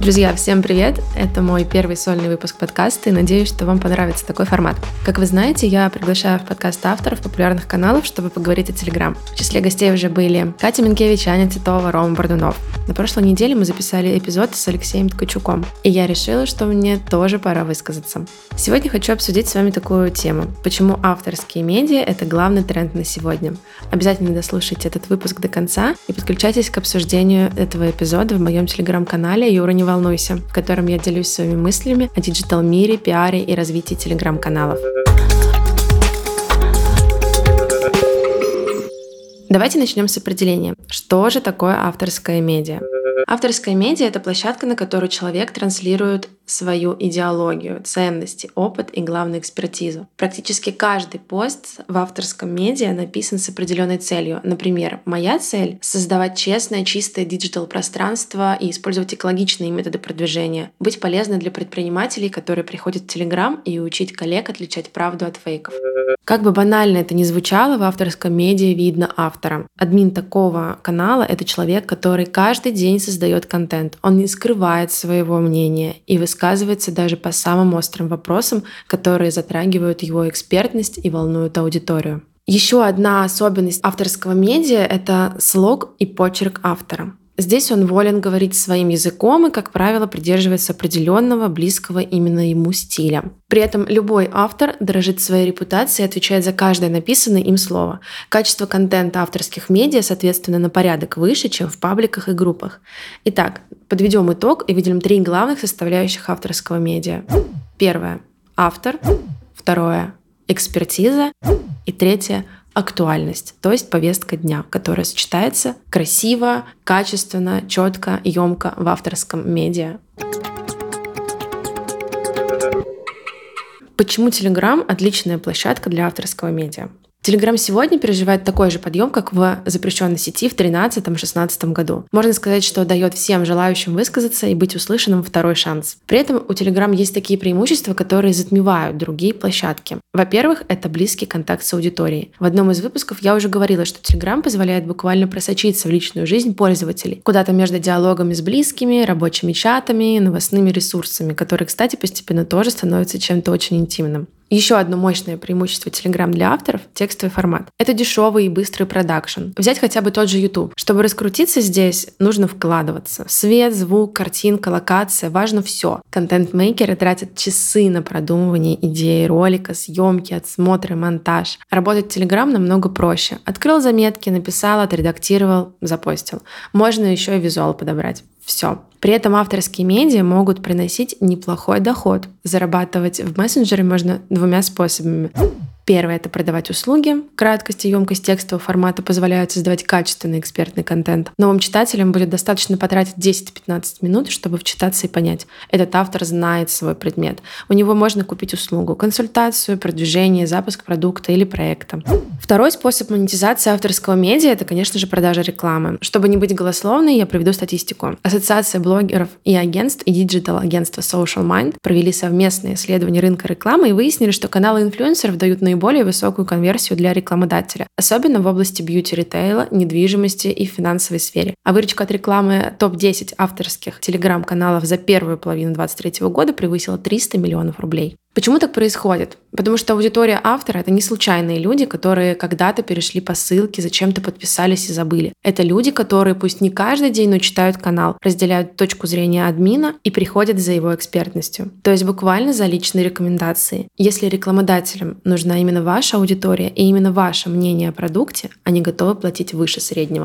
Друзья, всем привет! Это мой первый сольный выпуск подкаста, и надеюсь, что вам понравится такой формат. Как вы знаете, я приглашаю в подкаст авторов популярных каналов, чтобы поговорить о Telegram. В числе гостей уже были Катя Минкевич, Аня Титова, Рома Бордунов. На прошлой неделе мы записали эпизод с Алексеем Ткачуком, и я решила, что мне тоже пора высказаться. Сегодня хочу обсудить с вами такую тему. Почему авторские медиа — это главный тренд на сегодня? Обязательно дослушайте этот выпуск до конца и подключайтесь к обсуждению этого эпизода в моем телеграм-канале «Юра, не волнуйся», в котором я делюсь своими мыслями о диджитал-мире, пиаре и развитии телеграм-каналов. Давайте начнем с определения. Что же такое авторское медиа? Авторская медиа — это площадка, на которую человек транслирует свою идеологию, ценности, опыт и, главное, экспертизу. Практически каждый пост в авторском медиа написан с определенной целью. Например, моя цель — создавать честное, чистое диджитал-пространство и использовать экологичные методы продвижения, быть полезной для предпринимателей, которые приходят в Telegram, и учить коллег отличать правду от фейков. Как бы банально это ни звучало, в авторском медиа видно автора. Админ такого канала — это человек, который каждый день создает контент. Он не скрывает своего мнения и высказывается даже по самым острым вопросам, которые затрагивают его экспертность и волнуют аудиторию. Еще одна особенность авторского медиа — это слог и почерк автора. Здесь он волен говорить своим языком и, как правило, придерживается определенного, близкого именно ему стиля. При этом любой автор дорожит своей репутацией и отвечает за каждое написанное им слово. Качество контента авторских медиа, соответственно, на порядок выше, чем в пабликах и группах. Итак, подведем итог и выделим 3 главных составляющих авторского медиа. Первое — автор. Второе — экспертиза. И третье — актуальность, то есть повестка дня, которая сочетается красиво, качественно, четко и емко в авторском медиа. Почему Telegram — отличная площадка для авторского медиа? Telegram сегодня переживает такой же подъем, как в запрещенной сети в 2013-2016 году. Можно сказать, что дает всем желающим высказаться и быть услышанным второй шанс. При этом у Telegram есть такие преимущества, которые затмевают другие площадки. Во-первых, это близкий контакт с аудиторией. В одном из выпусков я уже говорила, что Telegram позволяет буквально просочиться в личную жизнь пользователей, куда-то между диалогами с близкими, рабочими чатами, новостными ресурсами, которые, кстати, постепенно тоже становятся чем-то очень интимным. Еще одно мощное преимущество Telegram для авторов — текстовый формат. Это дешевый и быстрый продакшн. Взять хотя бы тот же YouTube. Чтобы раскрутиться здесь, нужно вкладываться. Свет, звук, картинка, локация — важно все. Контент-мейкеры тратят часы на продумывание идеи ролика, съемки, отсмотры, монтаж. Работать в Telegram намного проще. Открыл заметки, написал, отредактировал, запостил. Можно еще и визуал подобрать. Все. При этом авторские медиа могут приносить неплохой доход. Зарабатывать в мессенджере можно 2 способами. Первое — это продавать услуги. Краткость и емкость текстового формата позволяют создавать качественный экспертный контент. Новым читателям будет достаточно потратить 10-15 минут, чтобы вчитаться и понять: этот автор знает свой предмет. У него можно купить услугу, консультацию, продвижение, запуск продукта или проекта. Второй способ монетизации авторского медиа — это, конечно же, продажа рекламы. Чтобы не быть голословной, я приведу статистику. Ассоциация блогеров и агентств и диджитал-агентство Social Mind провели совместное исследование рынка рекламы и выяснили, что каналы инфлюенсеров дают наиболее высокую конверсию для рекламодателя, особенно в области бьюти-ритейла, недвижимости и финансовой сфере. А выручка от рекламы топ-10 авторских телеграм-каналов за первую половину 2023 года превысила 300 миллионов рублей. Почему так происходит? Потому что аудитория автора — это не случайные люди, которые когда-то перешли по ссылке, зачем-то подписались и забыли. Это люди, которые пусть не каждый день, но читают канал, разделяют точку зрения админа и приходят за его экспертностью. То есть буквально за личные рекомендации. Если рекламодателям нужна именно ваша аудитория и именно ваше мнение о продукте, они готовы платить выше среднего.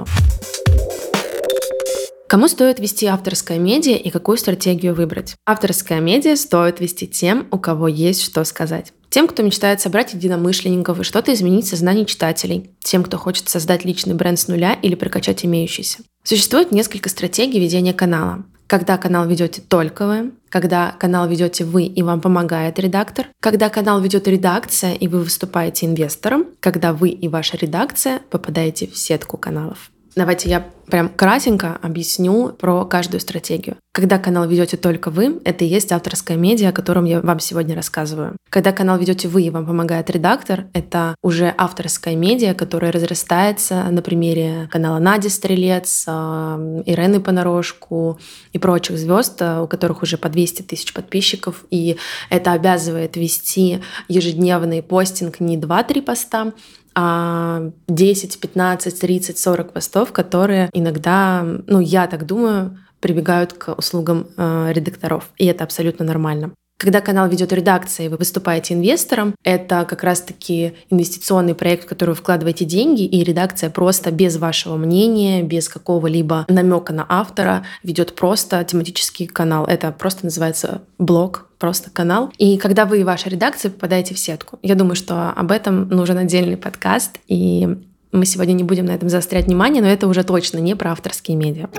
Кому стоит вести авторское медиа и какую стратегию выбрать? Авторское медиа стоит вести тем, у кого есть что сказать. Тем, кто мечтает собрать единомышленников и что-то изменить в сознании читателей. Тем, кто хочет создать личный бренд с нуля или прокачать имеющийся. Существует несколько стратегий ведения канала. Когда канал ведете только вы, когда канал ведете вы и вам помогает редактор, когда канал ведет редакция и вы выступаете инвестором, когда вы и ваша редакция попадаете в сетку каналов. Давайте я прям кратенько объясню про каждую стратегию. Когда канал ведете только вы, это и есть авторское медиа, о котором я вам сегодня рассказываю. Когда канал ведете вы и вам помогает редактор, это уже авторское медиа, которое разрастается на примере канала Нади Стрелец, Ирены Понарошку и прочих звезд, у которых уже по 200 тысяч подписчиков. И это обязывает вести ежедневный постинг не 2-3 поста, 10, 15, 30, 40 постов, которые иногда, я так думаю, прибегают к услугам редакторов. И это абсолютно нормально. Когда канал ведет редакция, и вы выступаете инвестором, это как раз-таки инвестиционный проект, в который вы вкладываете деньги, и редакция просто без вашего мнения, без какого-либо намека на автора ведет просто тематический канал. Это просто называется блог, просто канал. И когда вы и ваша редакция попадаете в сетку, я думаю, что об этом нужен отдельный подкаст, и мы сегодня не будем на этом заострять внимание, но это уже точно не про авторские медиа.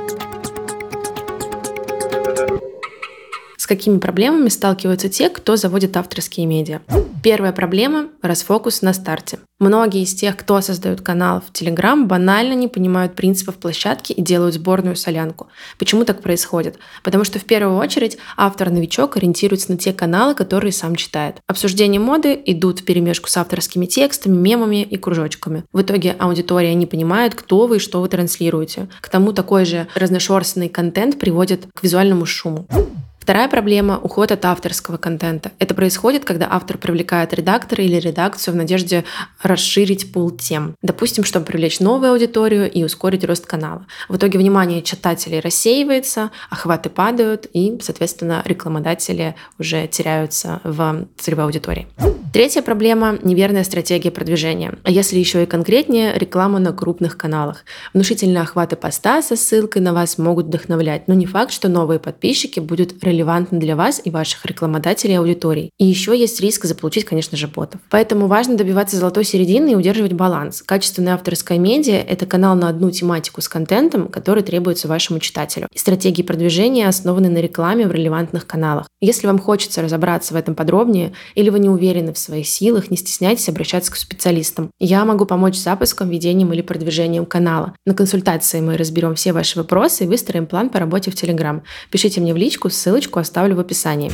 С какими проблемами сталкиваются те, кто заводит авторские медиа? Первая проблема – расфокус на старте. Многие из тех, кто создает канал в Telegram, банально не понимают принципов площадки и делают сборную солянку. Почему так происходит? Потому что в первую очередь автор-новичок ориентируется на те каналы, которые сам читает. Обсуждения моды идут вперемешку с авторскими текстами, мемами и кружочками. В итоге аудитория не понимает, кто вы и что вы транслируете. К тому такой же разношерстный контент приводит к визуальному шуму. Вторая проблема – уход от авторского контента. Это происходит, когда автор привлекает редактора или редакцию в надежде расширить пул тем. Допустим, чтобы привлечь новую аудиторию и ускорить рост канала. В итоге внимание читателей рассеивается, охваты падают, и, соответственно, рекламодатели уже теряются в целевой аудитории. Третья проблема – неверная стратегия продвижения. А если еще и конкретнее, реклама на крупных каналах. Внушительные охваты поста со ссылкой на вас могут вдохновлять, но не факт, что новые подписчики будут релевантны для вас и ваших рекламодателей и аудиторий. И еще есть риск заполучить, конечно же, ботов. Поэтому важно добиваться золотой середины и удерживать баланс. Качественное авторское медиа – это канал на одну тематику с контентом, который требуется вашему читателю. И стратегии продвижения основаны на рекламе в релевантных каналах. Если вам хочется разобраться в этом подробнее или вы не уверены в своих силах, не стесняйтесь обращаться к специалистам. Я могу помочь с запуском, ведением или продвижением канала. На консультации мы разберем все ваши вопросы и выстроим план по работе в Telegram. Пишите мне в личку, ссылочку оставлю в описании.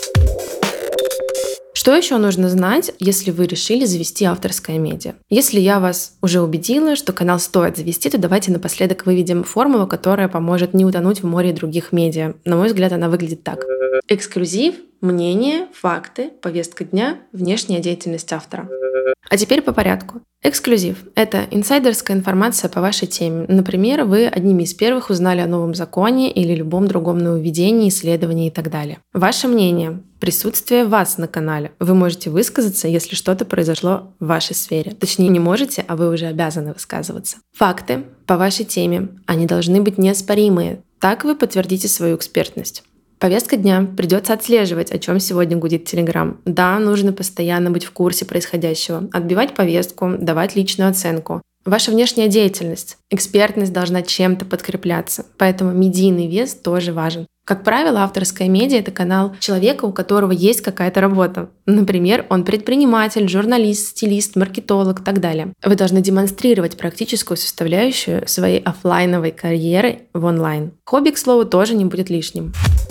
Что еще нужно знать, если вы решили завести авторское медиа? Если я вас уже убедила, что канал стоит завести, то давайте напоследок выведем формулу, которая поможет не утонуть в море других медиа. На мой взгляд, она выглядит так. Эксклюзив, мнение, факты, повестка дня, внешняя деятельность автора. А теперь по порядку. Эксклюзив – это инсайдерская информация по вашей теме. Например, вы одними из первых узнали о новом законе или любом другом нововведении, исследовании и так далее. Ваше мнение – присутствие вас на канале. Вы можете высказаться, если что-то произошло в вашей сфере. Точнее, не можете, а вы уже обязаны высказываться. Факты по вашей теме. Они должны быть неоспоримые. Так вы подтвердите свою экспертность. Повестка дня. Придется отслеживать, о чем сегодня гудит Telegram. Да, нужно постоянно быть в курсе происходящего, отбивать повестку, давать личную оценку. Ваша внешняя деятельность, экспертность должна чем-то подкрепляться, поэтому медийный вес тоже важен. Как правило, авторская медиа – это канал человека, у которого есть какая-то работа. Например, он предприниматель, журналист, стилист, маркетолог и так далее. Вы должны демонстрировать практическую составляющую своей офлайновой карьеры в онлайн. Хобби, к слову, тоже не будет лишним.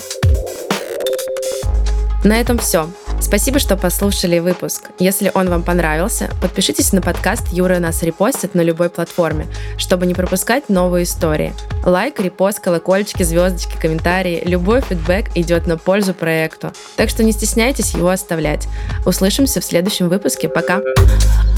На этом все. Спасибо, что послушали выпуск. Если он вам понравился, подпишитесь на подкаст «Юра нас репостит» на любой платформе, чтобы не пропускать новые истории. Лайк, репост, колокольчики, звездочки, комментарии. Любой фидбэк идет на пользу проекту. Так что не стесняйтесь его оставлять. Услышимся в следующем выпуске. Пока!